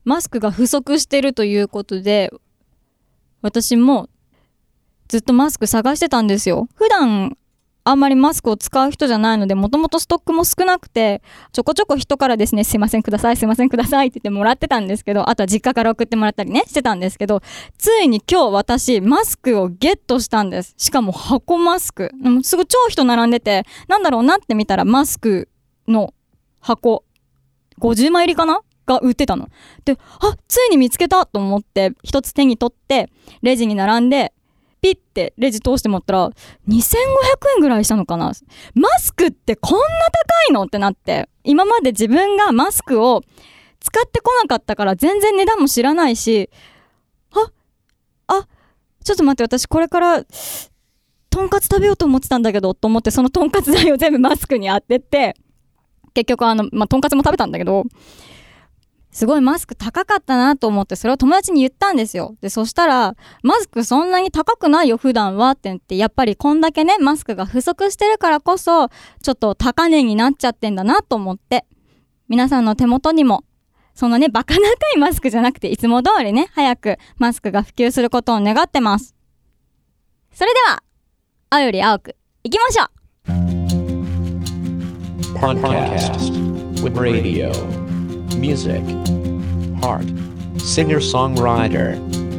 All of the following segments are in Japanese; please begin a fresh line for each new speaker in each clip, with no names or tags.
マスクが不足してるということで、私もずっとマスク探してたんですよ。普段あんまりマスクを使う人じゃないので、もともとストックも少なくて、ちょこちょこ人からですね、すいませんください、すいませんくださいって言ってもらってたんですけど、あとは実家から送ってもらったりね、してたんですけど、ついに今日私、マスクをゲットしたんです。しかも箱マスク。すぐ超人並んでて、なんだろうなって見たらマスクの箱、50枚入りかなが売ってたの。で、ついに見つけたと思って、一つ手に取って、レジに並んで、ピッてレジ通してもらったら2500円ぐらいしたのかな。マスクってこんな高いのってなって、今まで自分がマスクを使ってこなかったから全然値段も知らないし、ちょっと待って、私これからとんかつ食べようと思ってたんだけどと思って、そのとんかつ代を全部マスクに当てて、結局とんかつも食べたんだけど、すごいマスク高かったなと思って、それを友達に言ったんですよ。で、そしたら、マスクそんなに高くないよ普段はって言って、やっぱりこんだけね、マスクが不足してるからこそ、ちょっと高値になっちゃってんだなと思って、皆さんの手元にも、そんなね、バカ高いマスクじゃなくて、いつも通りね、早くマスクが普及することを願ってます。それでは、青より青く、いきましょう。
Podcast with radio.Music, Heart, Singer-Songwriter,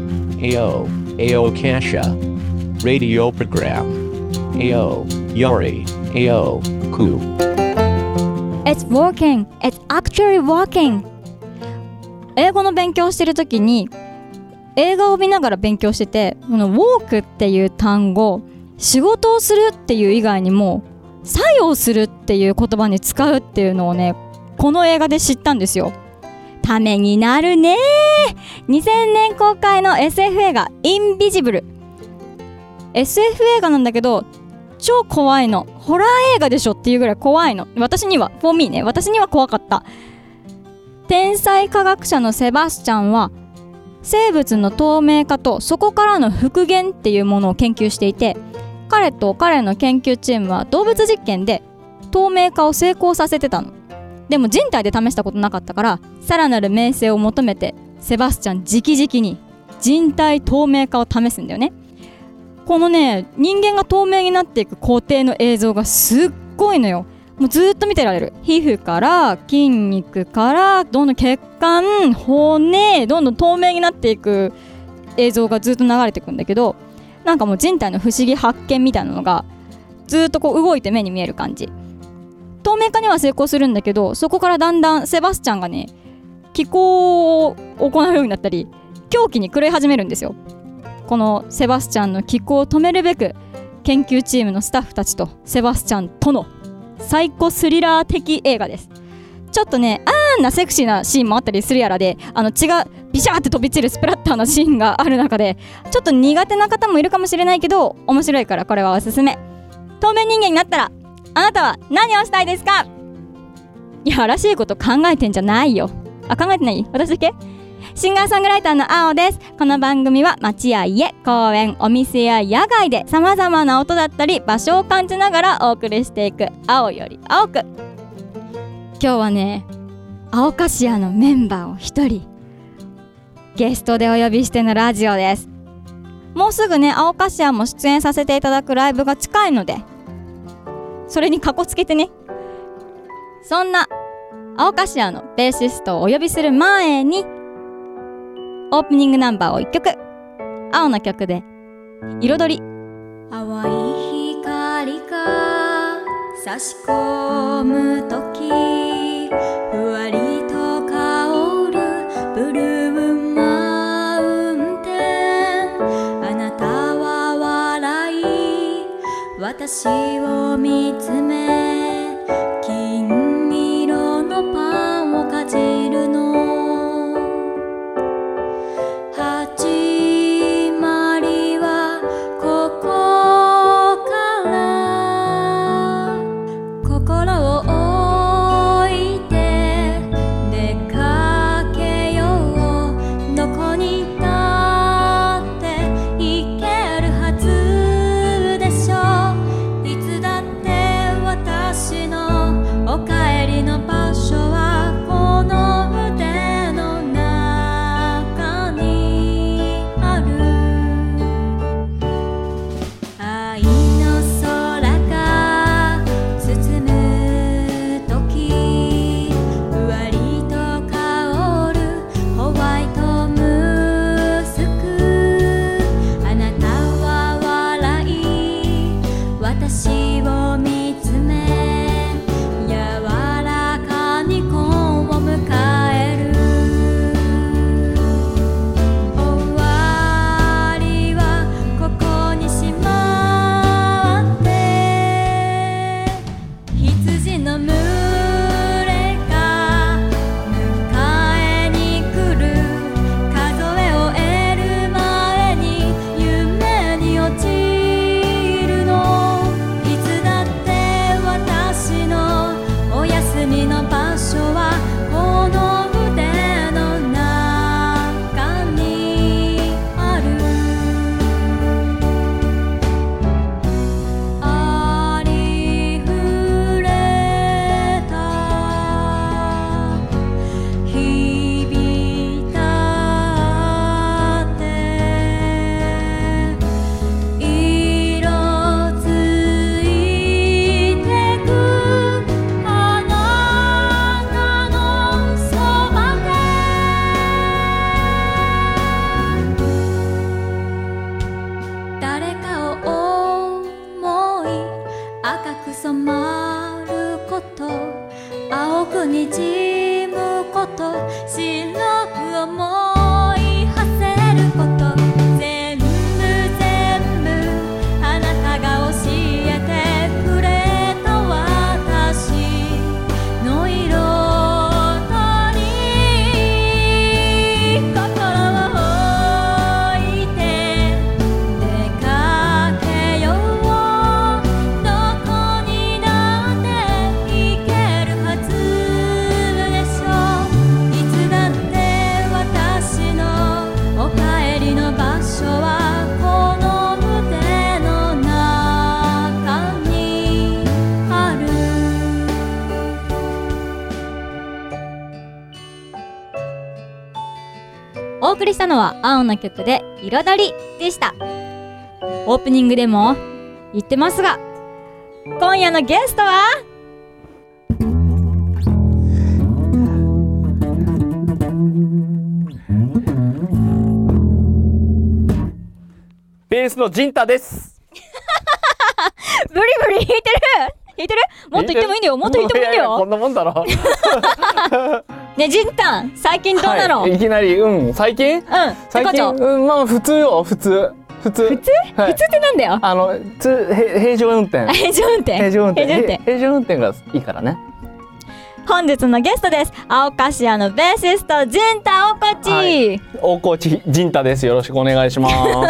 Ao Kasha, Radio Program, Ao Yori, Ao Ku.
It's working. It's actually working. 英語の勉強してるときに映画を見ながら勉強してて、この walk っていう単語、仕事をするっていう以外にも作用するっていう言葉に使うっていうのをね、この映画で知ったんですよ。ためになるねー。2000年公開の SF 映画インビジブル。 SF 映画なんだけど超怖いの。ホラー映画でしょっていうぐらい怖いの。私には for me ね、私には怖かった。天才科学者のセバスチャンは生物の透明化とそこからの復元っていうものを研究していて、彼と彼の研究チームは動物実験で透明化を成功させてたの。でも人体で試したことなかったから、さらなる名声を求めてセバスチャン直々に人体透明化を試すんだよね。このね、人間が透明になっていく工程の映像がすっごいのよ。もうずっと見てられる。皮膚から筋肉からどんどん血管、骨、どんどん透明になっていく映像がずっと流れていくんだけど、なんかもう人体の不思議発見みたいなのがずっとこう動いて目に見える感じ。透明化には成功するんだけど、そこからだんだんセバスチャンがね、気候を行うようになったり狂気に狂い始めるんですよ。このセバスチャンの気候を止めるべく、研究チームのスタッフたちとセバスチャンとのサイコスリラー的映画です。ちょっとね、なセクシーなシーンもあったりするやらで、血がビシャーって飛び散るスプラッターなシーンがある中で、ちょっと苦手な方もいるかもしれないけど、面白いからこれはおすすめ。透明人間になったらあなたは何をしたいですか？いやらしいこと考えてんじゃないよ。考えてない？私だけ？シンガーソングライターの青です。この番組は街や家、公園、お店や野外で様々な音だったり場所を感じながらお送りしていく青より青く。今日はね、青カシアのメンバーを一人ゲストでお呼びしてのラジオです。もうすぐね、青カシアも出演させていただくライブが近いので、それにかこつけてね。そんな青カシアのベーシストをお呼びする前に、オープニングナンバーを1曲、青の曲で彩り。
淡い光が差し込むとき、ふわりと香るブルーマウンテン。あなたは笑い私を見つめ、金色のパンをかじるの。始まりはここから。心を置いて出かけよう。どこにだって行けるはずでしょう。いつだって私
お送りしたのは青の曲で彩りでした。オープニングでも言ってますが、今夜のゲストは
ベースのジンタです。
ブリブリ弾いてる弾いてる。もっと言ってもいいんだよ。もっと言ってもいいんだよ。
こんなもんだろ。
ね、ジンタ最近どうなの？
はい、いきなり最近？最近まあ普通よ、普通。普通？普通
ってなんだよ。
平常運転。
平常運転
がいいからね。
本日のゲストです。青カシアのベーシストジンタ大河内。
大河内ジンタです。よろしくお願いします。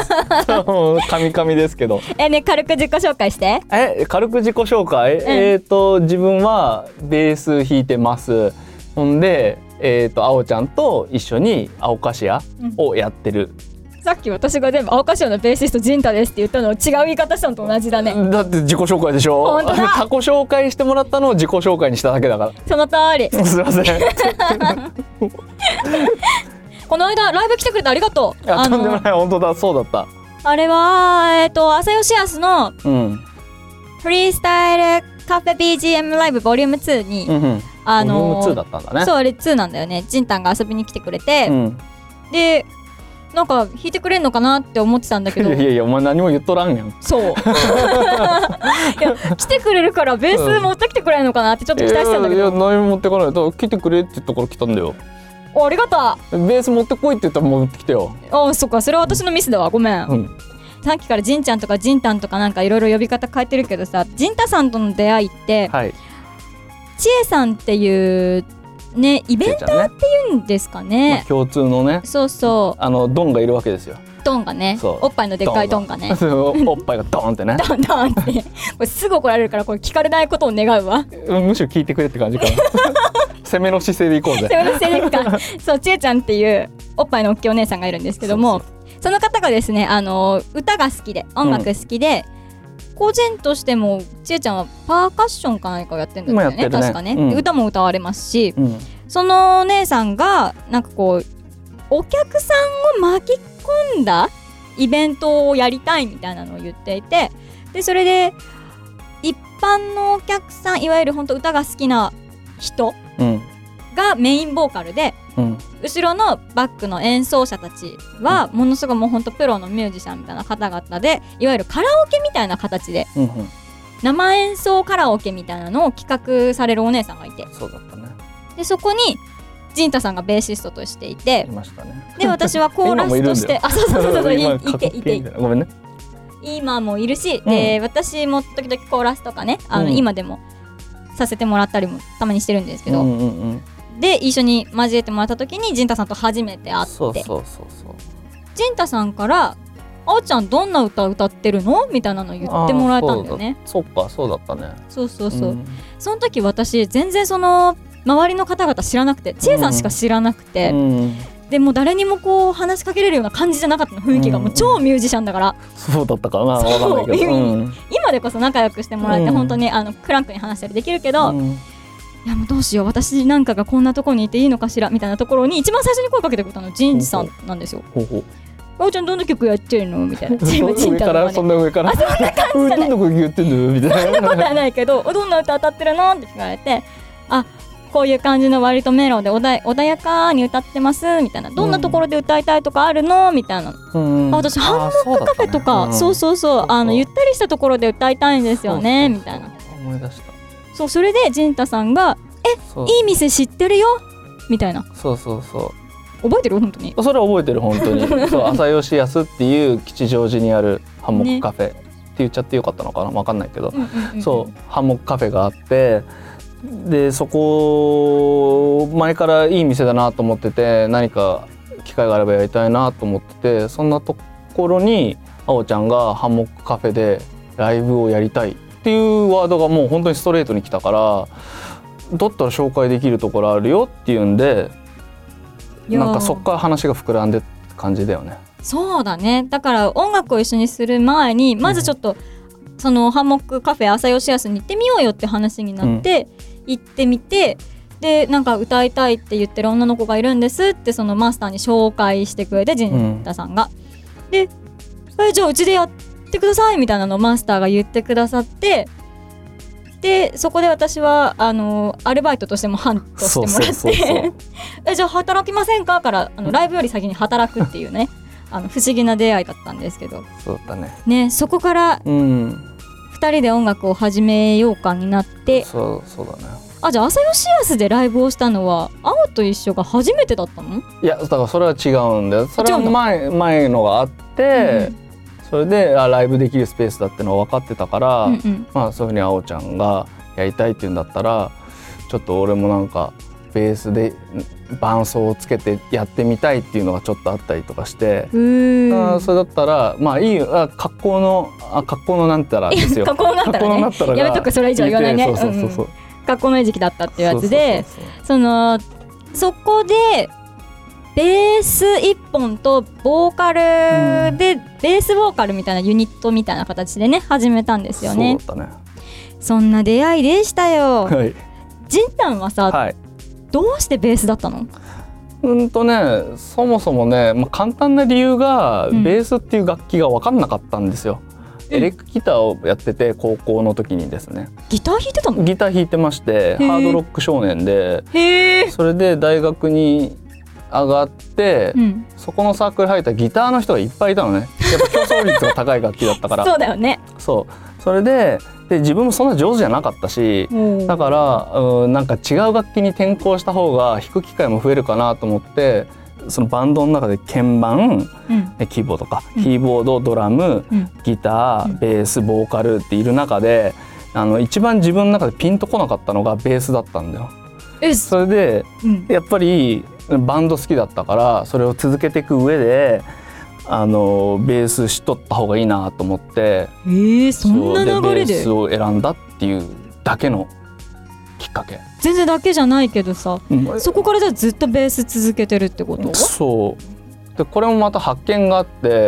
カミですけど。
ね、軽く自己紹介して。
軽く自己紹介。自分はベース弾いてます。ほんで青ちゃんと一緒に青カシアをやってる。
さっき私が全部青カシアのベーシストジンタですって言ったのを違う言い方したのと同じだね。
だって自己紹介でしょ。
本当だ。
他己紹介してもらったのを自己紹介にしただけだから。
その通り。
すいません。
この間ライブ来てくれてありがとう。
とんでもない。本当だ、そうだった。
あれは朝ヨシアスのフリースタイルカフェ BGM ライブボリューム2に、ボリュ
ーム2だったんだね。
そう、あれ2なんだよね。ジンタンが遊びに来てくれて、でなんか弾いてくれんのかなって思ってたんだけど、
いやお前何も言っとらんやん。
そういや来てくれるからベース持ってきてくれるのかなってちょっと期待してたんだけど、
いや何も持ってかないと来てくれって言ったから来たんだよ。
ありがと
う。ベース持ってこいって言ったら持ってきてよ。
そっか、それは私のミスだわ、ごめん。さっきからジンちゃんとかジンタンとかなんかいろいろ呼び方変えてるけどさ、ジンタさんとの出会いって、ちえさんっていうね、イベンターっていうんですかね、
共通のね。
そうそう、
ドンがいるわけですよ。
ドンがね、おっぱいのでっかいドンがね、
おっぱいがドンってね、
ドンドンってこれすぐ怒られるから、これ聞かれないことを願うわ。
むしろ聞いてくれって感じかな。攻めの姿勢でいこうぜ。
攻めの姿勢でいくか。そう、ちえちゃんっていうおっぱいの大きいお姉さんがいるんですけども、その方がですね、歌が好きで音楽好きで、個人としてもちえちゃんはパーカッションか何かをやってるんだよね、確かね、歌も歌われますし、そのお姉さんがなんかこうお客さんを巻き込んだイベントをやりたいみたいなのを言っていて、でそれで一般のお客さん、いわゆる本当歌が好きな人がメインボーカルで、後ろのバックの演奏者たちはものすごいもう本当プロのミュージシャンみたいな方々で、いわゆるカラオケみたいな形で、生演奏カラオケみたいなのを企画されるお姉さんがいて、
そうだったね。
でそこにジンタさんがベーシストとしていて、
いましたね。
で私はコーラスとしてそういて
ごめんね。
今もいるし、で私も時々コーラスとかね、今でもさせてもらったりもたまにしてるんですけど、で一緒に交えてもらった時にジンタさんと初めて会って、ジンタさんから「あおちゃんどんな歌歌ってるの?」みたいなの言ってもらえたんだよね。
そっか、そうだったね。
そう、その時私全然その周りの方々知らなくて、ちえさんしか知らなくて、でも誰にもこう話しかけれるような感じじゃなかったの、雰囲気が。もう超ミュージシャンだから。
そうだったかな、わかんないけど、
今でこそ仲良くしてもらって、本当にクランクに話したりできるけど、いやもうどうしよう、私なんかがこんなところにいていいのかしらみたいなところに一番最初に声かけてくれたのジンさんなんですよ。あおちゃんどんな曲やってるのみたいな。
上から、そんな上から、
そんな感じじゃない。
どんな曲言ってんのみたいな。
そんなことはないけど、どんな歌歌ってるのって聞かれて、こういう感じの割とメロで穏やかに歌ってますみたいな。どんなところで歌いたいとかあるのみたいな。私ハンモックカフェとか、ゆったりしたところで歌いたいんですよねみたいな。
思い出した。
そう、それでジンタさんがいい店知ってるよみたいな。
そう
覚えてる？本当に
それは覚えてる、本当に。そう、朝吉安っていう吉祥寺にあるハンモックカフェって言っちゃってよかったのかな、分かんないけど、そうハンモックカフェがあって、でそこ前からいい店だなと思ってて、何か機会があればやりたいなと思ってて、そんなところにあおちゃんがハンモックカフェでライブをやりたいっていうワードがもう本当にストレートに来たから、だったら紹介できるところあるよっていうんで、なんかそっから話が膨らんでって感じだよね。
そうだね。だから音楽を一緒にする前にまずちょっと、そのハンモックカフェ朝吉安に行ってみようよって話になって、行ってみて、 でなんか歌いたいって言ってる女の子がいるんですってそのマスターに紹介してくれて、陣太さんが、でじゃあうちでやってくださいみたいなのをマスターが言ってくださって、でそこで私はアルバイトとしても半としてもらってじゃあ働きませんかからライブより先に働くっていうね不思議な出会いだったんですけど、
そうだ
ね、そこから2人で音楽を始めようかになって、
そうだね。
じゃあ朝吉安でライブをしたのは青と一緒が初めてだったの？
いやだからそれは違うんだよ。それは前のがあって、それでライブできるスペースだってのは分かってたから、まあそういうふうに青ちゃんがやりたいって言うんだったらちょっと俺もなんかベースで伴奏をつけてやってみたいっていうのがちょっとあったりとかして、それだったらまあいいよ、格好のなんたらですよ。格好のなんたら
やめとく、それ以上言わないね。
そう
格好の餌食だったっていうやつで、そこでベース1本とボーカルで、ベースボーカルみたいなユニットみたいな形でね始めたんですよね。
そうだね。
そんな出会いでしたよ。ジンタンはさ、どうしてベースだったの？
そもそもね、簡単な理由が、ベースっていう楽器が分かんなかったんですよ。エレクギターをやってて高校の時にですね。
ギター弾いてたの？
ギター弾いてまして、ハードロック少年で、それで大学に上がって、そこのサークル入ったギターの人がいっぱいいたのね。やっぱ競争率が高い楽器だったから
そうだよね。
それで自分もそんな上手じゃなかったし、だからなんか違う楽器に転向した方が弾く機会も増えるかなと思って、そのバンドの中で鍵盤、キーボードか、キーボード、ドラム、ギター、ベース、ボーカルっている中で一番自分の中でピンとこなかったのがベースだったんだよ。それで、やっぱりバンド好きだったからそれを続けていく上でベースしとった方がいいなと思って、
そんな流れで
ベースを選んだっていうだけのきっかけ。
全然だけじゃないけどさ、そこからじゃあずっとベース続けてるってこと？
そうでこれもまた発見があって、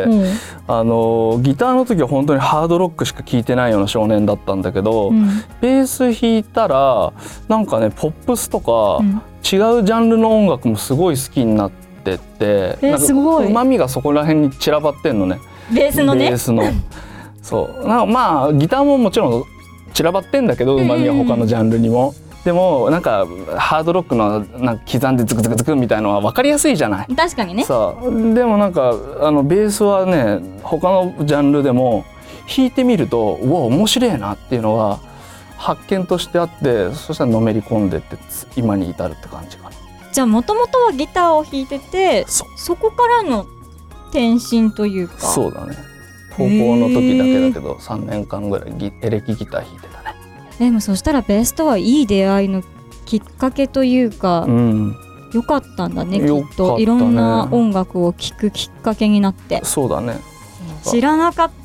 ギターの時は本当にハードロックしか聴いてないような少年だったんだけど、ベース弾いたらなんかねポップスとか、違うジャンルの音楽もすごい好きになってて、
すごい。
うまみがそこら辺に散らばってんのね。
ベースのね。
そうまあギターももちろん散らばってんだけど、うまみは他のジャンルにも。でもなんかハードロックのなんか刻んでズクズクズクみたいのは分かりやすいじゃない。
確かにね。
でもなんかベースはね他のジャンルでも弾いてみるとうわ面白いなっていうのが発見としてあって、そしたらのめり込んでって今に至るって感じかな。
じゃあもともとはギターを弾いてて、そこからの転身というか。
そうだね。高校の時だけだけど3年間ぐらいエレキギター弾いてたね。
でもそしたらベースとはいい出会いのきっかけというか、よかったんだね、きっと。いろんな音楽を聴くきっかけになって。
そうだね。
知らなかった。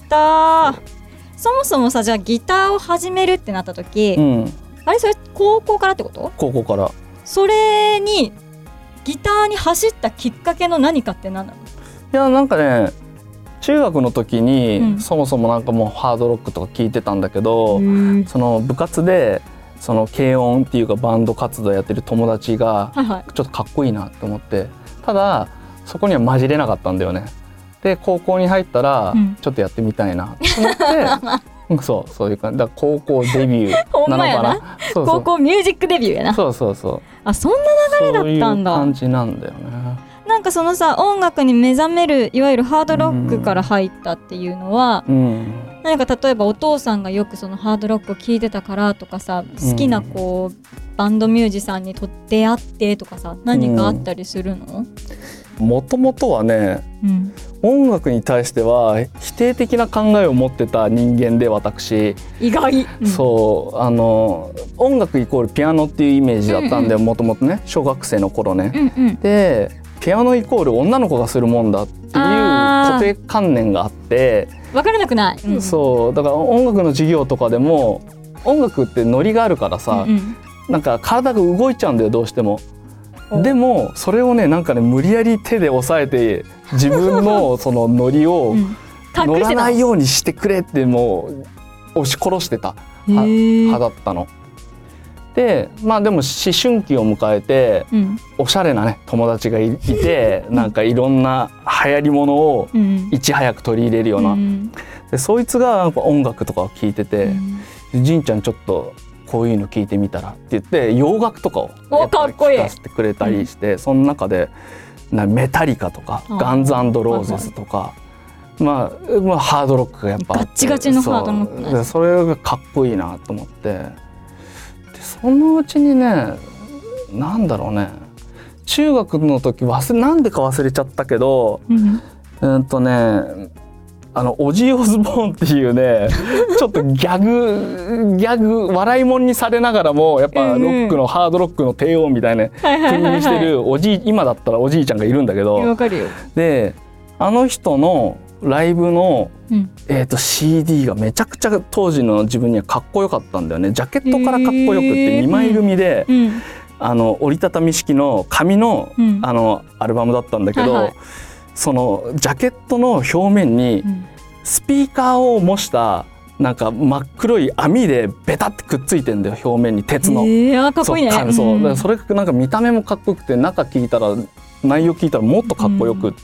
そもそもさ、じゃあギターを始めるってなった時、あれそれ高校からってこと？
高校から。
それにギターに走ったきっかけの何かって何なの？
いやなんかね、中学の時に、そもそもなんかもうハードロックとか聞いてたんだけど、その部活でその軽音っていうかバンド活動やってる友達がちょっとかっこいいなって思って、ただそこには混じれなかったんだよね。で高校に入ったらちょっとやってみたいなと思って、そういう感じだから高校デビューなのかな。
高校ミュージックデビューやな。
そう。
あ、そんな流れだったんだ。
そういう感じなんだよね。
なんかそのさ、音楽に目覚めるいわゆるハードロックから入ったっていうのは、何か例えばお父さんがよくそのハードロックを聴いてたからとかさ、好きなこうバンドミュージシャンに出会ってとかさ、何かあったりするの？
もともとはね、音楽に対しては否定的な考えを持ってた人間で、私
意外、
そう音楽イコールピアノっていうイメージだったんで、もともとね小学生の頃ね、でピアノイコール女の子がするもんだっていう固定観念があって、
分からなくない、
そうだから音楽の授業とかでも音楽ってノリがあるからさ、なんか体が動いちゃうんだよどうしても。でもそれをねなんかね無理やり手で押さえて自分のそのノリを乗らないようにしてくれってもう押し殺してた派だったの。 でまあでも思春期を迎えて、おしゃれなね友達がいてなんかいろんな流行りものをいち早く取り入れるような、でそいつがなんか音楽とかを聴いてて、じんちゃんちょっとこういうの聴いてみたらって言って洋楽とかをやっぱり聴かせてくれたりして、その中でメタリカとかガンズ&ローゼスとか、まあハードロックがやっぱあって、
ガッチガチのハードロックね。
それがかっこいいなと思って、でそのうちにね、なんだろうね、中学の時なんでか忘れちゃったけど、オジー・オズボーンっていうねちょっとギャグ笑いもんにされながらもやっぱロックの、ハードロックの帝王みたいな国にしてる今だったらおじいちゃんがいるんだけど、
わかるよ。
であの人のライブの、CD がめちゃくちゃ当時の自分にはかっこよかったんだよね。ジャケットからかっこよくって2枚組で、折りたたみ式の紙の、アルバムだったんだけど、そのジャケットの表面にスピーカーを模したなんか真っ黒い網でベタってくっついてんだよ、表面に鉄の。
かっこいいね。
そうそれがなんか見た目もかっこよくて、中聞いたら内容聞いたらもっとかっこよくって、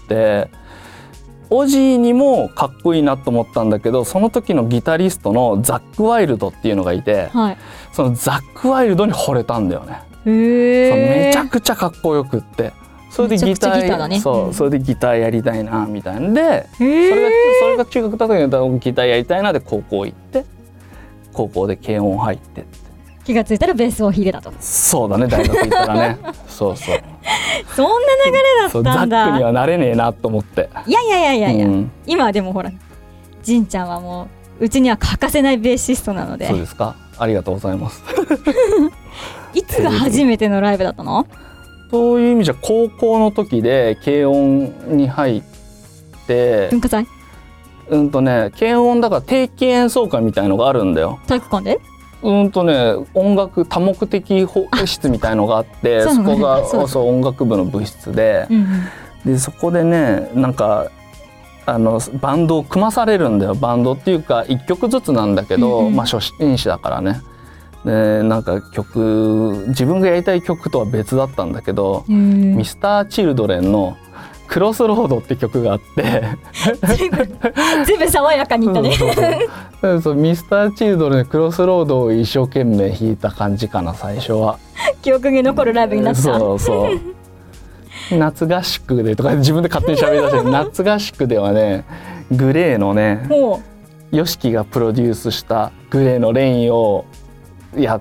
オジーにもかっこいいなと思ったんだけど、その時のギタリストのザック・ワイルドっていうのがいて、そのザック・ワイルドに惚れたんだよね。めちゃくちゃかっこよくって、それでギター、それでギターやりたいなみたいなんで、それが中学だった時にギターやりたいなで高校行って、高校で軽音入って
気がついたらベースを弾いてたと。
そうだね、大学行ったらねそう
そんな流れだったんだ。
ザックにはなれねえなと思って。
いや、今はでもほら、じんちゃんはもうちには欠かせないベーシストなので。
そうですか、ありがとうございます
いつが初めてのライブだったの？
そういう意味じゃ高校の時で軽音に入って、
文化祭？
軽音だから定期演奏会みたいのがあるんだよ、
体育館で。
音楽多目的室みたいのがあって、そこが音楽部の部室で、でそこでね、なんかバンドを組まされるんだよ。バンドっていうか1曲ずつなんだけど、初心者だからね。でなんか自分がやりたい曲とは別だったんだけど、ミスターチルドレンのクロスロードって曲があって
全部爽やかにいったね
そうミスターチルドレンのクロスロードを一生懸命弾いた感じかな、最初は。
記憶に残るライブになった。
そう夏合宿でとか自分で勝手に喋り出して夏合宿ではね、グレーのね、YOSHIKIがプロデュースしたグレーのレインをやって、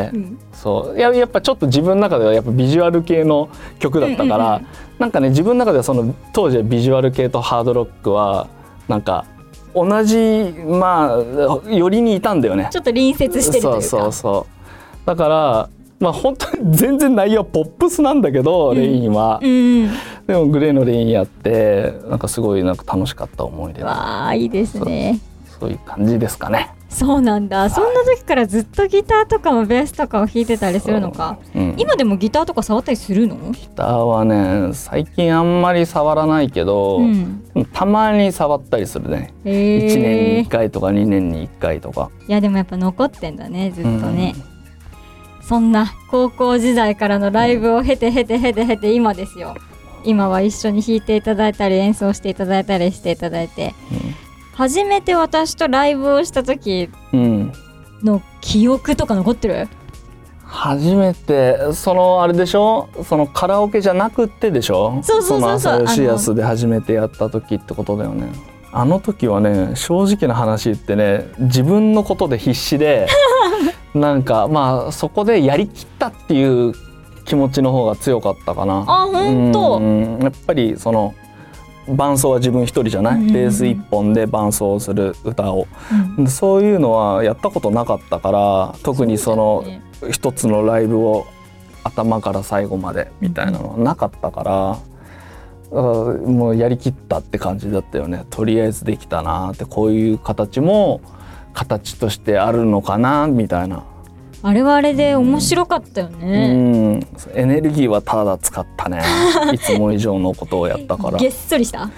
やっぱちょっと自分の中ではやっぱビジュアル系の曲だったから、なんかね、自分の中ではその当時はビジュアル系とハードロックはなんか同じ寄りにいたんだよね。
ちょっと隣接してるというか。
そうだから本当に全然内容はポップスなんだけど、レインは、でもグレーのレインやってなんかすごいなんか楽しかった思い出。
わあ、いいですね。
そういう感じですかね。
そうなんだ、そんな時からずっとギターとかもベースとかを弾いてたりするのか。今でもギターとか触ったりするの？
ギターはね、最近あんまり触らないけど、たまに触ったりするね。1年に1回とか2年に1回とか。
いやでもやっぱ残ってんだね、ずっとね。そんな高校時代からのライブを経て今ですよ。今は一緒に弾いていただいたり演奏していただいたりしていただいて、初めて私とライブをした時の記憶とか残ってる？
初めてあれでしょ、そのカラオケじゃなくってでしょ。その朝吉安で初めてやった時ってことだよね。あの時はね、正直な話言ってね、自分のことで必死でなんかそこでやりきったっていう気持ちの方が強かったかな。
本当。
やっぱり伴奏は自分一人じゃない、ベース一本で伴奏する歌を、そういうのはやったことなかったから、特に一つのライブを頭から最後までみたいなのはなかったから、もうやりきったって感じだったよね。とりあえずできたなって、こういう形も形としてあるのかなみたいな。
あれはあれで面白かったよね。
エネルギーはただ使ったねいつも以上のことをやったから。
げっそりした。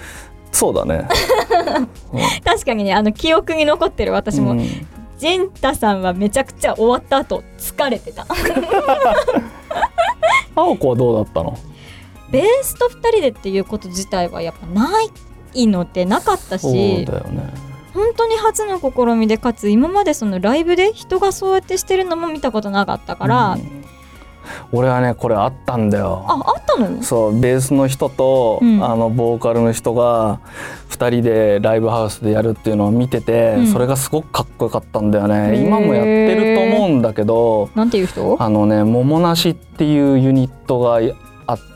そうだね
確かにね、記憶に残ってる。私もジンタさんはめちゃくちゃ終わった後疲れてた
青子はどうだったの？
ベースと2人でっていうこと自体はやっぱないのでなかったし、
そうだよね。
本当に初の試みで、かつ今までそのライブで人がそうやってしてるのも見たことなかったから、
俺はねこれあったんだよ。
あったの？
そうベースの人と、ボーカルの人が2人でライブハウスでやるっていうのを見てて、それがすごくかっこよかったんだよね。今もやってると思うんだけど、
なんていう人？
桃梨っていうユニットがあって、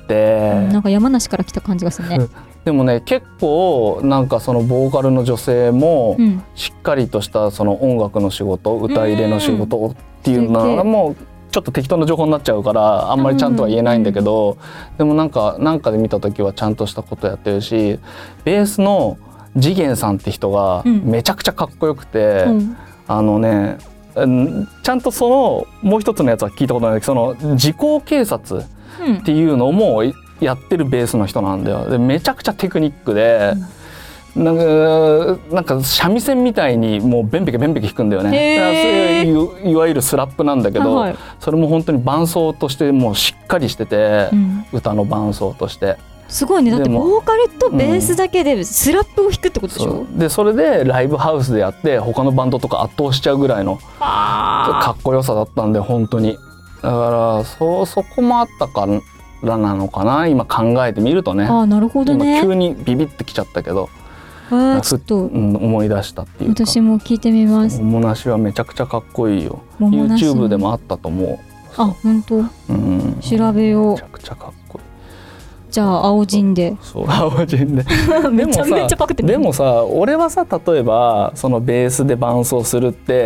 なんか山梨から来た感じがするね。
でもね結構なんかそのボーカルの女性もしっかりとしたその音楽の仕事、歌入れの仕事っていうのがもうちょっと適当な情報になっちゃうからあんまりちゃんとは言えないんだけど、でもなんかで見た時はちゃんとしたことやってるし、ベースの次元さんって人がめちゃくちゃかっこよくて、ちゃんとそのもう一つのやつは聞いたことないけど、その時効警察っていうのもやってるベースの人なんだよ。でめちゃくちゃテクニックで、なんか三味線みたいにもうベンベケ弾くんだよね。いわゆるスラップなんだけど、それも本当に伴奏としてもうしっかりしてて、歌の伴奏として
すごいね。だってボーカルとベースだけでスラップを弾くってことでしょ。
でそれでライブハウスでやって他のバンドとか圧倒しちゃうぐらいのかっこよさだったんで、本当にだからそこもあったからなのかな、今考えてみるとね。
なるほどね。
今急にビビってきちゃったけど、
ちょっと、
思い出したっていうか。
私も聞いてみます。
桃梨はめちゃくちゃかっこいいよ。 YouTube でもあったと思う。
本当、調べよう。
めちゃくちゃかっこいい。
じゃあ青陣で。
そう青陣で
めちゃめちゃパクってる。
でもさ俺はさ、例えばそのベースで伴奏するって、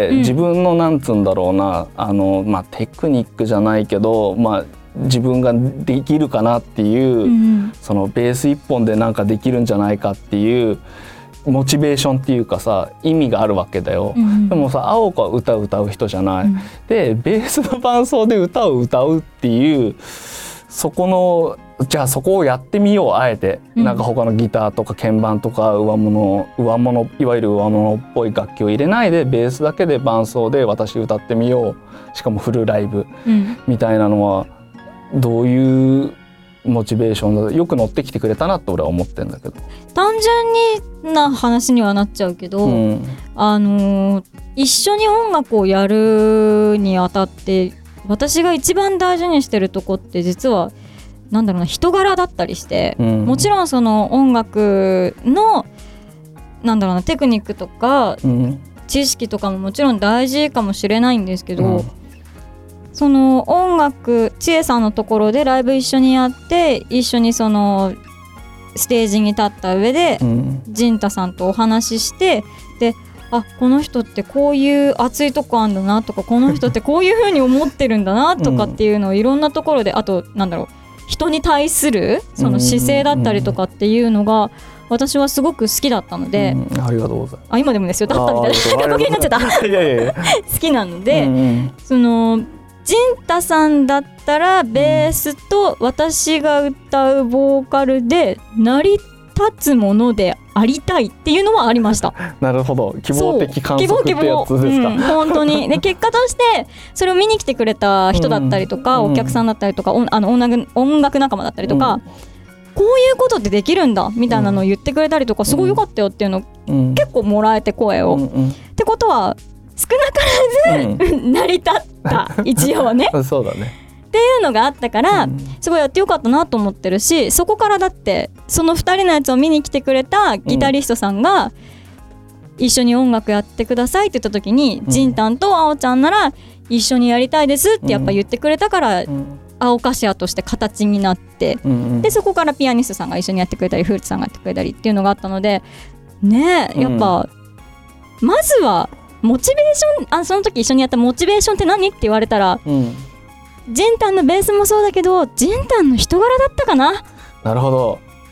自分のなんつうんだろうな、テクニックじゃないけど、自分ができるかなっていう、そのベース一本でなんかできるんじゃないかっていうモチベーションっていうかさ、意味があるわけだよ。でもさ青子は歌う人じゃない。でベースの伴奏で歌うっていう、そこのじゃあそこをやってみよう、あえて、なんか他のギターとか鍵盤とか上物いわゆる上物っぽい楽器を入れないでベースだけで伴奏で私歌ってみよう、しかもフルライブ、みたいなのはどういうモチベーションだ。よく乗ってきてくれたなって俺は思ってんだけど。
単純な話にはなっちゃうけど、一緒に音楽をやるにあたって私が一番大事にしてるとこって実は人柄だったりして、もちろんその音楽のテクニックとか、知識とかももちろん大事かもしれないんですけど、その音楽、千恵さんのところでライブ一緒にやって一緒にそのステージに立った上で、ジンタさんとお話しして、でこの人ってこういう熱いとこあんだなとか、この人ってこういう風に思ってるんだなとかっていうのをいろんなところで、あと人に対するその姿勢だったりとかっていうのが私はすごく好きだったので、
ありがとうございます。
今でもですよ、だったみたいな過去形になっちゃった好きなので、そのジンタさんだったらベースと私が歌うボーカルで成り立つものでありたいっていうのはありました。
なるほど、希望的観測ってやつですか。
本当に。で結果としてそれを見に来てくれた人だったりとか、お客さんだったりとか、音楽仲間だったりとか、こういうことってできるんだみたいなのを言ってくれたりとか、すごい良かったよっていうのを結構もらえて、声を、ってことは少なからず、成り立った一応ね
そうだね
っていうのがあったから、すごいやってよかったなと思ってるし、そこからだってその2人のやつを見に来てくれたギタリストさんが、一緒に音楽やってくださいって言った時に、ジンタンとあおちゃんなら一緒にやりたいですってやっぱ言ってくれたから、青カシアとして形になって、でそこからピアニストさんが一緒にやってくれたり、フルーツさんがやってくれたりっていうのがあったのでね、やっぱ、まずはモチベーション、その時一緒にやったモチベーションって何って言われたら、ジンタンのベースもそうだけどジンタンの人柄だったかな。
なるほど。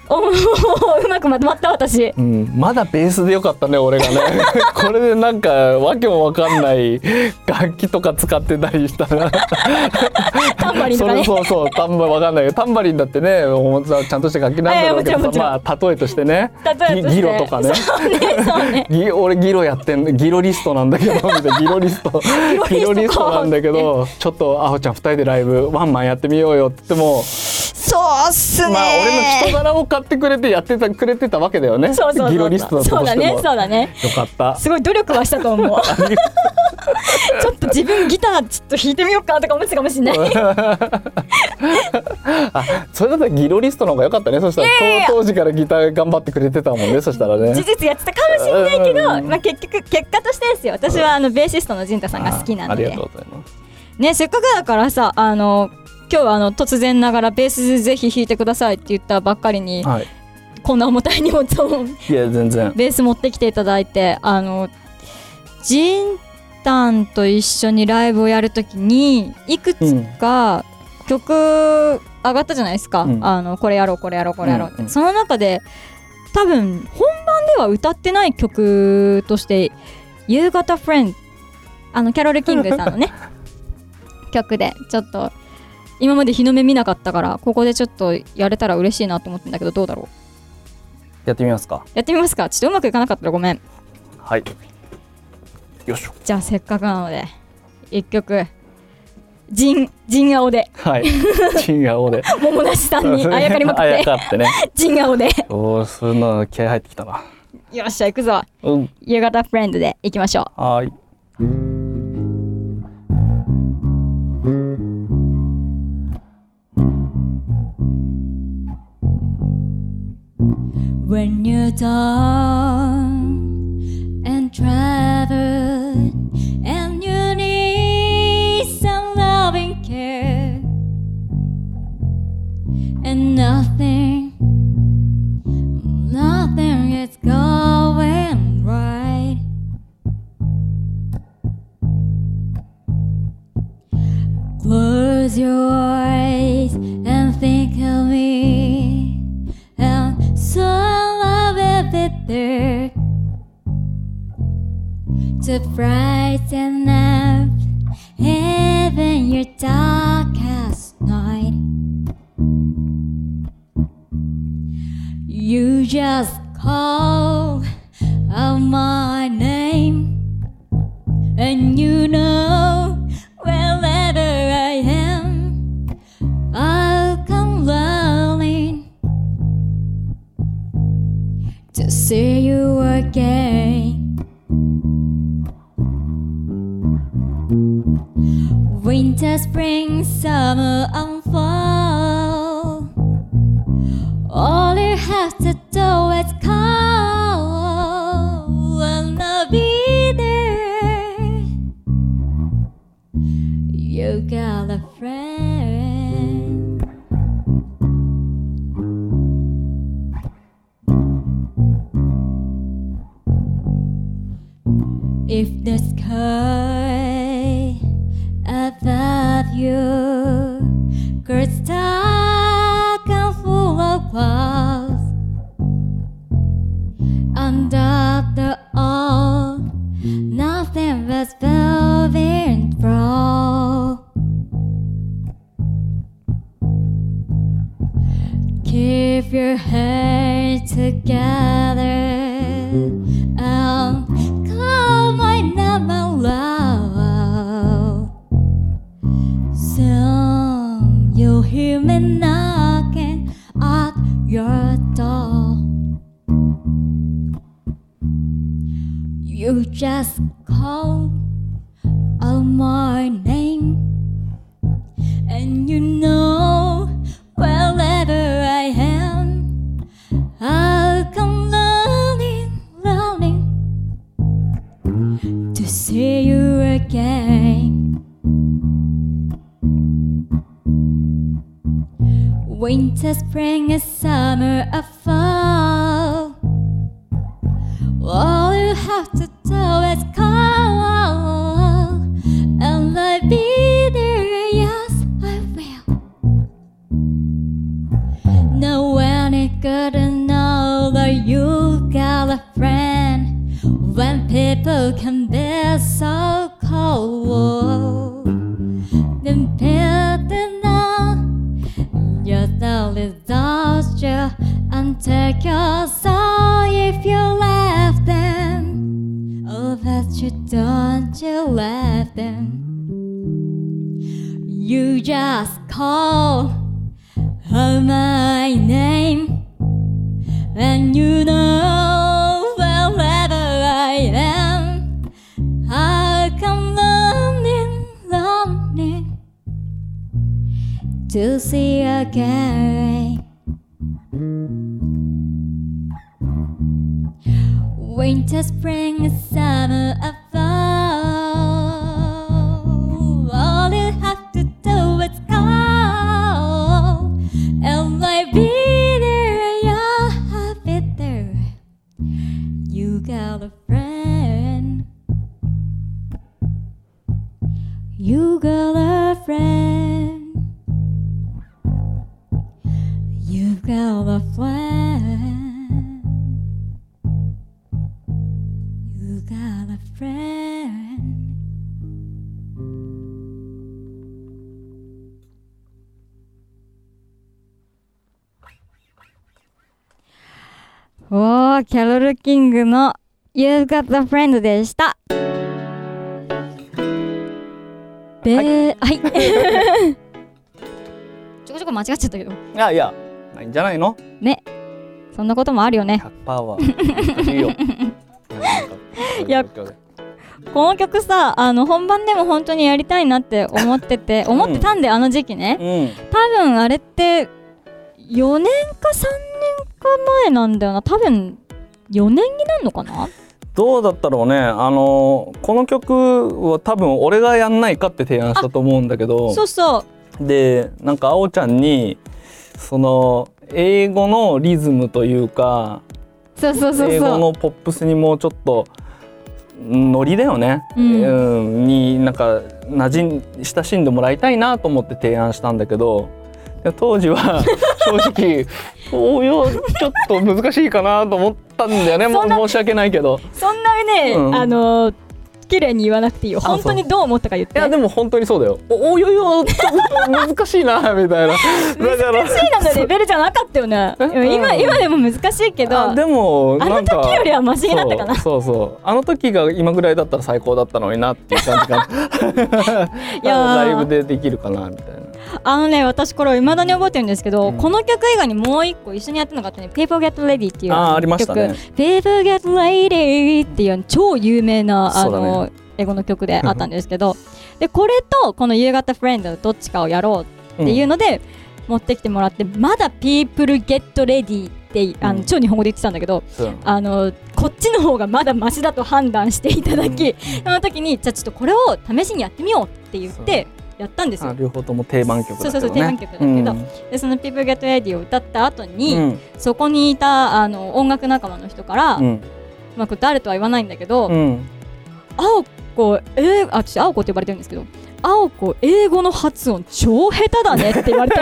うまくまとまった私。
まだベースでよかったね俺がねこれでなんかわけもわかんない楽器とか使ってたりしたら
タンバリンとかね。
そうタンバリンわかんないけどタンバリンだってねちゃんとした楽器なんだろうけどさ、まあ例えとしてねギロとかね。そうね俺ギロやってんギロリストなんだけどギロリストなんだけどちょっとあほちゃん2人でライブワンマンやってみようよって言っても
そうっすね。
まあ俺の人柄を買ってくれてやってくれてたわけだよね。
そう
ギロリストだとしても
そうだね
よかった。
すごい努力はしたと思うちょっと自分ギターちょっと弾いてみようかとか思ってたかもしれない
それだったらギロリストの方が良かったね。そしたら当時からギター頑張ってくれてたもんね。そしたらね
事実やってたかもしれないけど、まあ、結果としてですよ。私はベーシストの陣太さんが好きなので。
ありがとうございます
ね。せっかくだからさ今日は突然ながらベースぜひ弾いてくださいって言ったばっかりに、はい、こんな重たい荷物を
いや全然
ベース持ってきていただいてジンタンと一緒にライブをやるときにいくつか曲上がったじゃないですか、これやろうこれやろうこれやろうって、その中で多分本番では歌ってない曲として夕方フレンドキャロル・キングさんのね曲でちょっと今まで日の目見なかったからここでちょっとやれたら嬉しいなと思ってんだけどどうだろう。
やってみますか。
ちょっとうまくいかなかったらごめん。
はいよいしょ。
じゃあせっかくなので一曲ジン青で
はいジン青で
桃梨さんにあやかりまくって
あやかってね
ジン青で
そんな気合入ってきたな。
よっしゃ行くぞ、夕方フレンドで行きましょう。
はい。
When you're done and traveled and you need some loving care and nothing is going right, close your eyes and think of me and so love will be there to brighten up even your darkest night. You just call out my name and you know wherever I am I'll come running to see you again. Winter, spring, summer and fall, all you have to do is call and I'll be there. You got a friend. If the sky above you gets dark and full of clouds, under the all nothing but velvet and frost. Keep your head together and call my number loud. Soon you'll hear me knocking at your door. You just call out my name and you know wherever I am I'll come running to see you again. Winter, spring, and summer, and fall, all you have to do is call and I'll be there, yes I will. Now when it couldn't you got a friend when people can be so cold. Then better now, your soul is disaster and take your soul if you left them. Oh, but you don't, you left them. You just call out my name, and you know wherever I am, I come running, lonely to see you again. Winter, spring, summer, or fall, all you have to do is call, and I'll be there, yeah, I'll be there. You got a friend. You got a friend. You've got a friend. You got a friend.
おー、キャロル・キングの You've Got a Friend でした。はいちょこちょこ間違っちゃったけど。
いやいや、ないんじゃないの
ね。そんなこともあるよね。
100%は難しいよ
いや、この曲さ、本番でも本当にやりたいなって思ってて思ってたんで、あの時期ね、多分あれって4年か3年か前なんだよな。多分4年になるのかな。
どうだったろうね。この曲は多分俺がやんないかって提案したと思うんだけど、
そうそう。
でなんかあおちゃんにその英語のリズムというか、
そう英
語のポップスにもうちょっとノリだよね、になんか親しんでもらいたいなと思って提案したんだけど、当時は正直おいよちょっと難しいかなと思ったんだよね。申し訳ないけど。
そんなね、綺麗に言わなくていいよ。本当にどう思ったか言って。
いやでも本当にそうだよ。およよちょっと難しいなみたいな。だから
難しいなのレベルじゃなかったよね。今でも難しいけど、
でも
あの時よりはマシになったかな。
そうあの時が今ぐらいだったら最高だったのになっていう感じかな。いやライブでできるかなみたいな。
私これ未だに覚えてるんですけど、この曲以外にもう一個一緒にやってるのがあってね、People Get Ready っていう曲。
ありましたね。
People Get Ready っていう超有名な英語の曲であったんですけどでこれとこの You Got a Friend どっちかをやろうっていうので、持ってきてもらって、まだ People Get Ready って超日本語で言ってたんだけど、こっちの方がまだマシだと判断していただき、その時にじゃあちょっとこれを試しにやってみようって言ってやったんですよ。
両方とも定番曲だけどね。
そう定番曲だけど、でその People Get Ready を歌った後に、そこにいた音楽仲間の人から、これ誰とは言わないんだけど、青子私青子って呼ばれてるんですけど、青子英語の発音超下手だねって言われて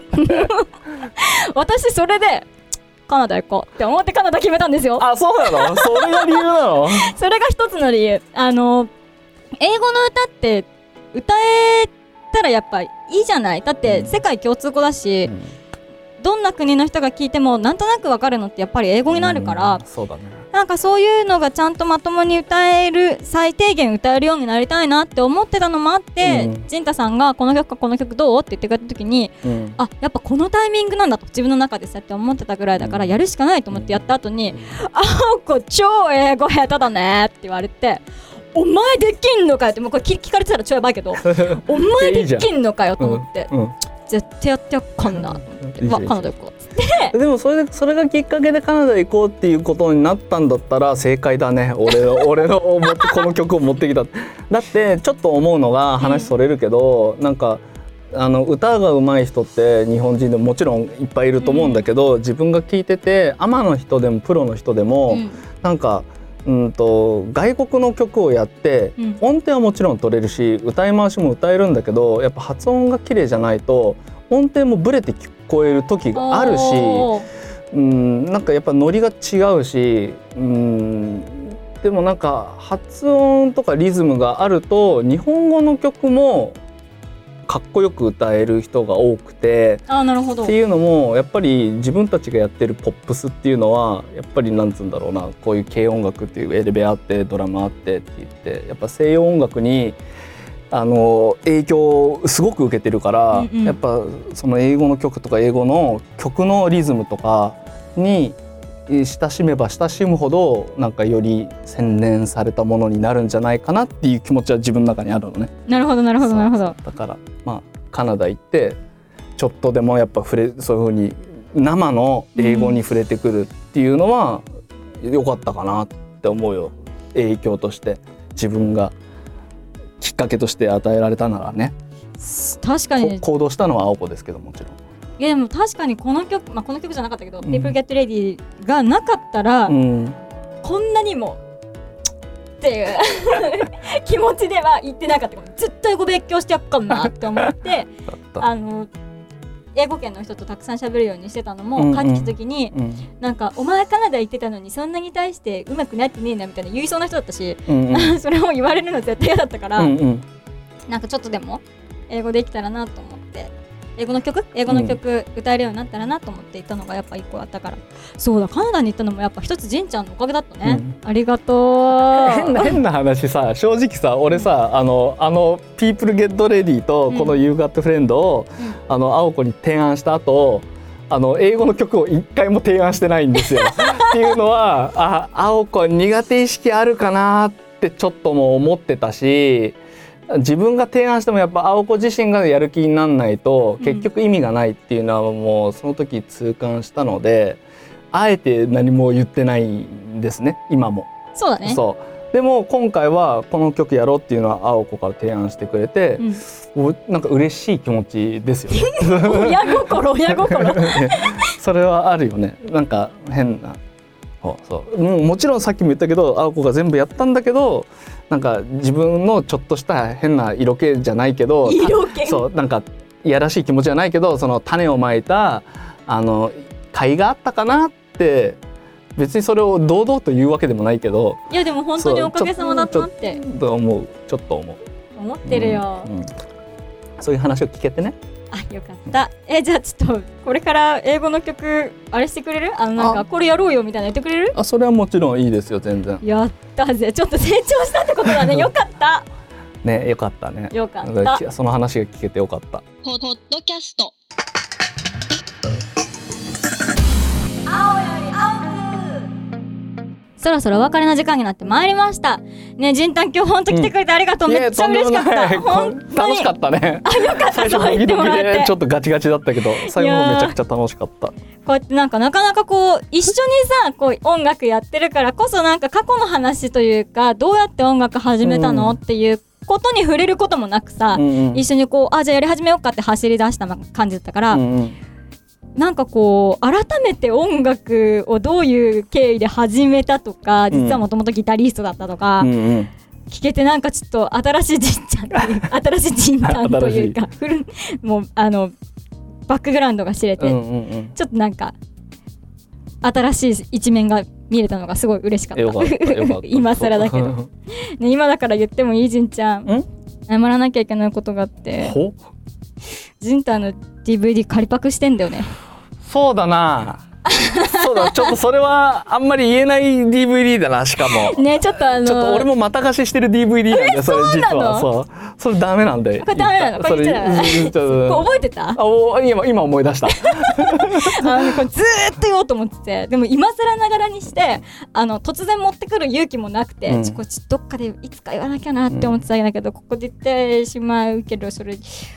私それでカナダ行こうって思ってカナダ決めたんですよ。
あ、そうなの？それが理由なの？
それが一つの理由。英語の歌って歌えたらやっぱいいじゃない。だって世界共通語だし、どんな国の人が聞いてもなんとなくわかるのってやっぱり英語になるから、
そうだね。
なんかそういうのがちゃんとまともに歌える、最低限歌えるようになりたいなって思ってたのもあって、ジンタさんがこの曲どうって言ってくれた時に、やっぱこのタイミングなんだと自分の中でそうやって思ってたぐらいだからやるしかないと思ってやった後に、青子超英語下手だねって言われて、お前できんのかよって、もうこれ聞かれてたら超やばいけどお前できんのかよと思って絶対やってやっかんなと思って、カナダ行こうっつって。で
もそれがきっかけでカナダ行こうっていうことになったんだったら正解だね。俺のこの曲を持ってきた。だってちょっと思うのが話それるけど、なんか歌が上手い人って日本人でももちろんいっぱいいると思うんだけど、自分が聴いててアマの人でもプロの人でも、なんか外国の曲をやって、音程はもちろん取れるし歌い回しも歌えるんだけど、やっぱ発音が綺麗じゃないと音程もブレて聞こえる時があるし、 なんかやっぱノリが違うし、でもなんか発音とかリズムがあると日本語の曲もかっこよく歌える人が多くて、
なるほど。
っていうのもやっぱり自分たちがやってるポップスっていうのはやっぱりなんつうんだろうな、こういう軽音楽っていうエレベあってドラムあってって言ってやっぱ西洋音楽に影響をすごく受けてるから、やっぱその英語の曲とか英語の曲のリズムとかに親しめば親しむほどなんかより洗練されたものになるんじゃないかなっていう気持ちは自分の中にあるのね。
なるほどなるほどなるほど。
だからまあカナダ行ってちょっとでもやっぱそういう風に生の英語に触れてくるっていうのは良かったかなって思うよ。影響として自分がきっかけとして与えられたならね。
確かに
行動したのは青子ですけどもちろん。
いやでも確かにこの曲、この曲じゃなかったけど、People Get Ready がなかったら、こんなにもっていう気持ちでは言ってなかったかも。絶対英語勉強してやっかんなって思って英語圏の人とたくさん喋るようにしてたのも、帰ってきた時に、なんかお前カナダ行ってたのにそんなに対してうまくなってねえなみたいな言いそうな人だったし、それを言われるの絶対嫌だったから、なんかちょっとでも英語できたらなと思って、英語の曲歌えるようになったらなと思って行ったのがやっぱ一個あったから。そうだ、カナダに行ったのもやっぱ一つジンちゃんのおかげだったね、ありがとう。
変な話さ、正直さ、俺さ、People Get Ready とこの You Got Friend を、青子に提案した後、英語の曲を一回も提案してないんですよっていうのは青子苦手意識あるかなってちょっとも思ってたし、自分が提案してもやっぱ青子自身がやる気にならないと結局意味がないっていうのはもうその時痛感したので、あえて何も言ってないんですね今も。
そうだね。
そうでも今回はこの曲やろうっていうのは青子から提案してくれて、なんか嬉しい気持ちですよね
親心
それはあるよね。なんか変なもちろんさっきも言ったけど青子が全部やったんだけど、なんか自分のちょっとした変な色気じゃないけど、そうなんかいやらしい気持ちじゃないけど、その種をまいた甲斐があったかなって、別にそれを堂々と言うわけでもないけど、
いやでも本当におかげさまだったって
ちょっと思
ってるよ、
そういう話を聞けてね。
よかった。じゃあちょっとこれから英語の曲あれしてくれる？なんかこれやろうよみたいな言ってくれる？
それはもちろんいいですよ、全然。
やったぜ、ちょっと成長したってことだね。よかった
ね、よかったね。
よかった。
その話が聞けてよかった。
ポッドキャスト
そろそろお別れの時間になってまいりましたね。ジンタン今日本当来てくれてありがとう、めっちゃ嬉しかった。
楽しかったね。
よかった。
最初ドキドキでちょっとガチガチだったけど、最後もめちゃくちゃ楽しかった。こ
うやってなかなかこう一緒にさ、こう音楽やってるからこそ、なんか過去の話というか、どうやって音楽始めたの、っていうことに触れることもなくさ、一緒にこうじゃあやり始めようかって走り出した感じだったから、なんかこう改めて音楽をどういう経緯で始めたとか、実はもともとギタリストだったとか、聞けて、なんかちょっと新しいジンちゃんっていう新しいジンタンというかもうバックグラウンドが知れて、ちょっとなんか新しい一面が見れたのがすごい嬉しかった。
よかった
今更だけどね、今だから言ってもいい？ジンちゃん謝らなきゃいけないことがあって、ジンタンの DVD 仮パクしてんだよね。
そうだなそうだ、ちょっとそれはあんまり言えない DVD だな。しかも
ね、ちょっと
ちょっと俺もまた貸ししてる DVD なんで、それ実はそれダメなんで。
これダメなの？これ言っちゃダメ。覚えてた？
今思い出したこ
れずーっと言おうと思ってて、でも今更ながらにして突然持ってくる勇気もなくて、こっちどっかでいつか言わなきゃなって思ってたんだけど、ここで言ってしまうけど、それ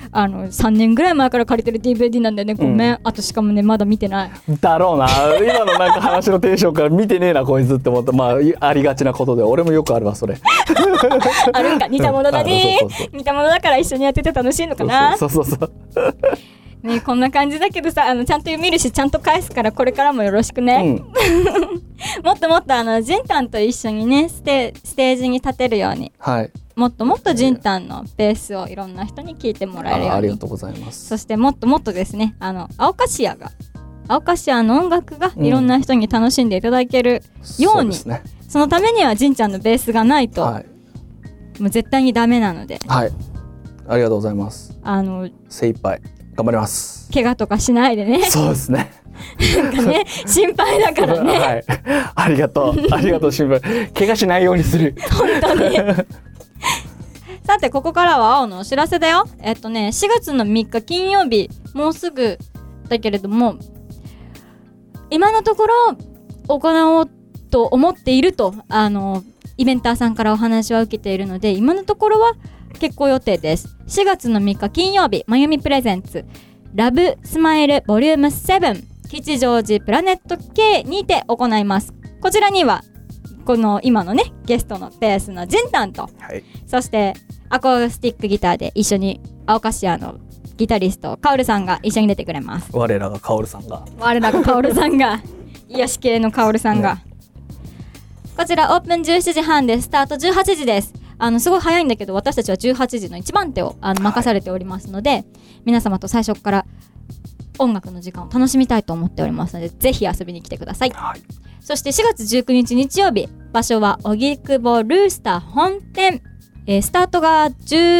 3年ぐらい前から借りてる DVD なんだよね。ごめん、あとしかもねまだ見てない
だろうな。今のなんか話のテンションから見てねえなこいつって思った。まあありがちなことで、俺もよくあるわそれ
あるんか、似たものだね。似たものだから一緒にやってて楽しいのかな。
そう
ね、こんな感じだけどさ、ちゃんと見るしちゃんと返すから、これからもよろしくね、もっともっとジンタンと一緒にねステージに立てるように、もっともっとジンタンのベースをいろんな人に聞いてもらえるように。
ありがとうございます。
そしてもっともっとですね、青カシアが青カシアの音楽がいろんな人に楽しんでいただけるように、
そうですね、
そのためにはじんちゃんのベースがないと、
はい、
もう絶対にダメなので、
はい、ありがとうございます。精一杯頑張ります。
怪我とかしないでね。
そうですね。
なんかね心配だからね。
はい、ありがとうありがとう、心配。怪我しないようにする。
本当に。さてここからは青のお知らせだよ。4月の3日金曜日、もうすぐだけれども、今のところ行おうと思っているとイベンターさんからお話は受けているので、今のところは決行予定です。4月の3日金曜日、まゆみプレゼンツラブスマイルボリューム7吉祥寺プラネット K にて行います。こちらにはこの今のねゲストのベースのジンタンと、
はい、
そしてアコースティックギターで一緒に青カシアのギタリストカオルさんが一緒に出てくれます。
我らがカオルさんが
癒し系のカオルさんが、こちらオープン17時半でスタート18時です。すごい早いんだけど、私たちは18時の一番手を任されておりますので、皆様と最初から音楽の時間を楽しみたいと思っておりますので、ぜひ遊びに来てください。はい、そして4月19日日曜日、場所は荻窪ルースター本店、スタートが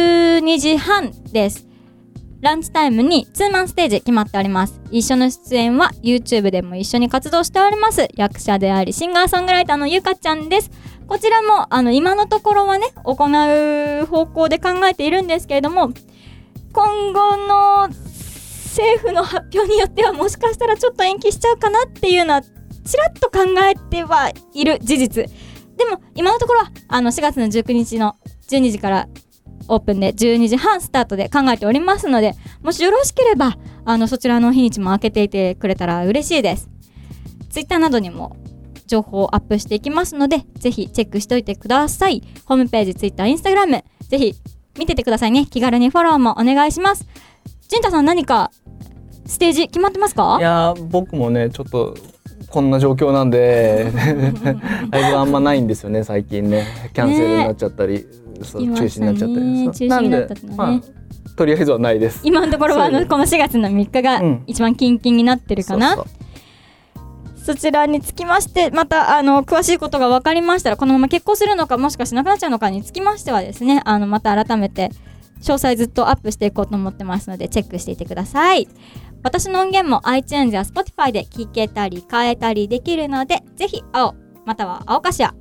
12時半です。ランチタイムにツーマンステージ決まっております。一緒の出演は YouTube でも一緒に活動しております役者でありシンガーソングライターのゆかちゃんです。こちらも今のところはね行う方向で考えているんですけれども、今後の政府の発表によってはもしかしたらちょっと延期しちゃうかなっていうのはちらっと考えてはいる事実でも、今のところは4月の19日の12時からオープンで12時半スタートで考えておりますので、もしよろしければそちらの日にちも開けていてくれたら嬉しいです。ツイッターなどにも情報をアップしていきますので、ぜひチェックしておいてください。ホームページ、ツイッター、インスタグラム、ぜひ見ててくださいね。気軽にフォローもお願いします。ジンタさん、何かステージ決まってますか？
いや僕もねちょっとこんな状況なんでライブあんまないんですよね最近ね。キャンセルになっちゃったり、中止になっちゃったり、
中止になったのね。
とりあえずはないです。
今のところはこの4月の3日が一番キンキンになってるかな。そちらにつきまして、また詳しいことが分かりましたら、このまま決行するのかもしかしなくなっちゃうのかにつきましてはですね、また改めて詳細ずっとアップしていこうと思ってますので、チェックしていてください。私の音源も iTunes や Spotify で聴けたり変えたりできるので、ぜひ青または青カシア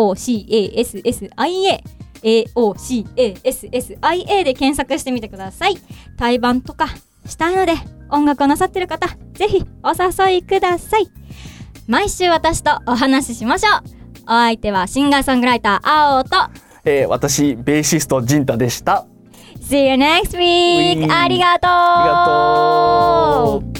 AOCASSIA で検索してみてください。対バンとかしたいので音楽をなさってる方、ぜひお誘いください。毎週私とお話ししましょう。お相手はシンガーソングライター青と、
私ベーシストジンタでした。
See you next week. ありがとう。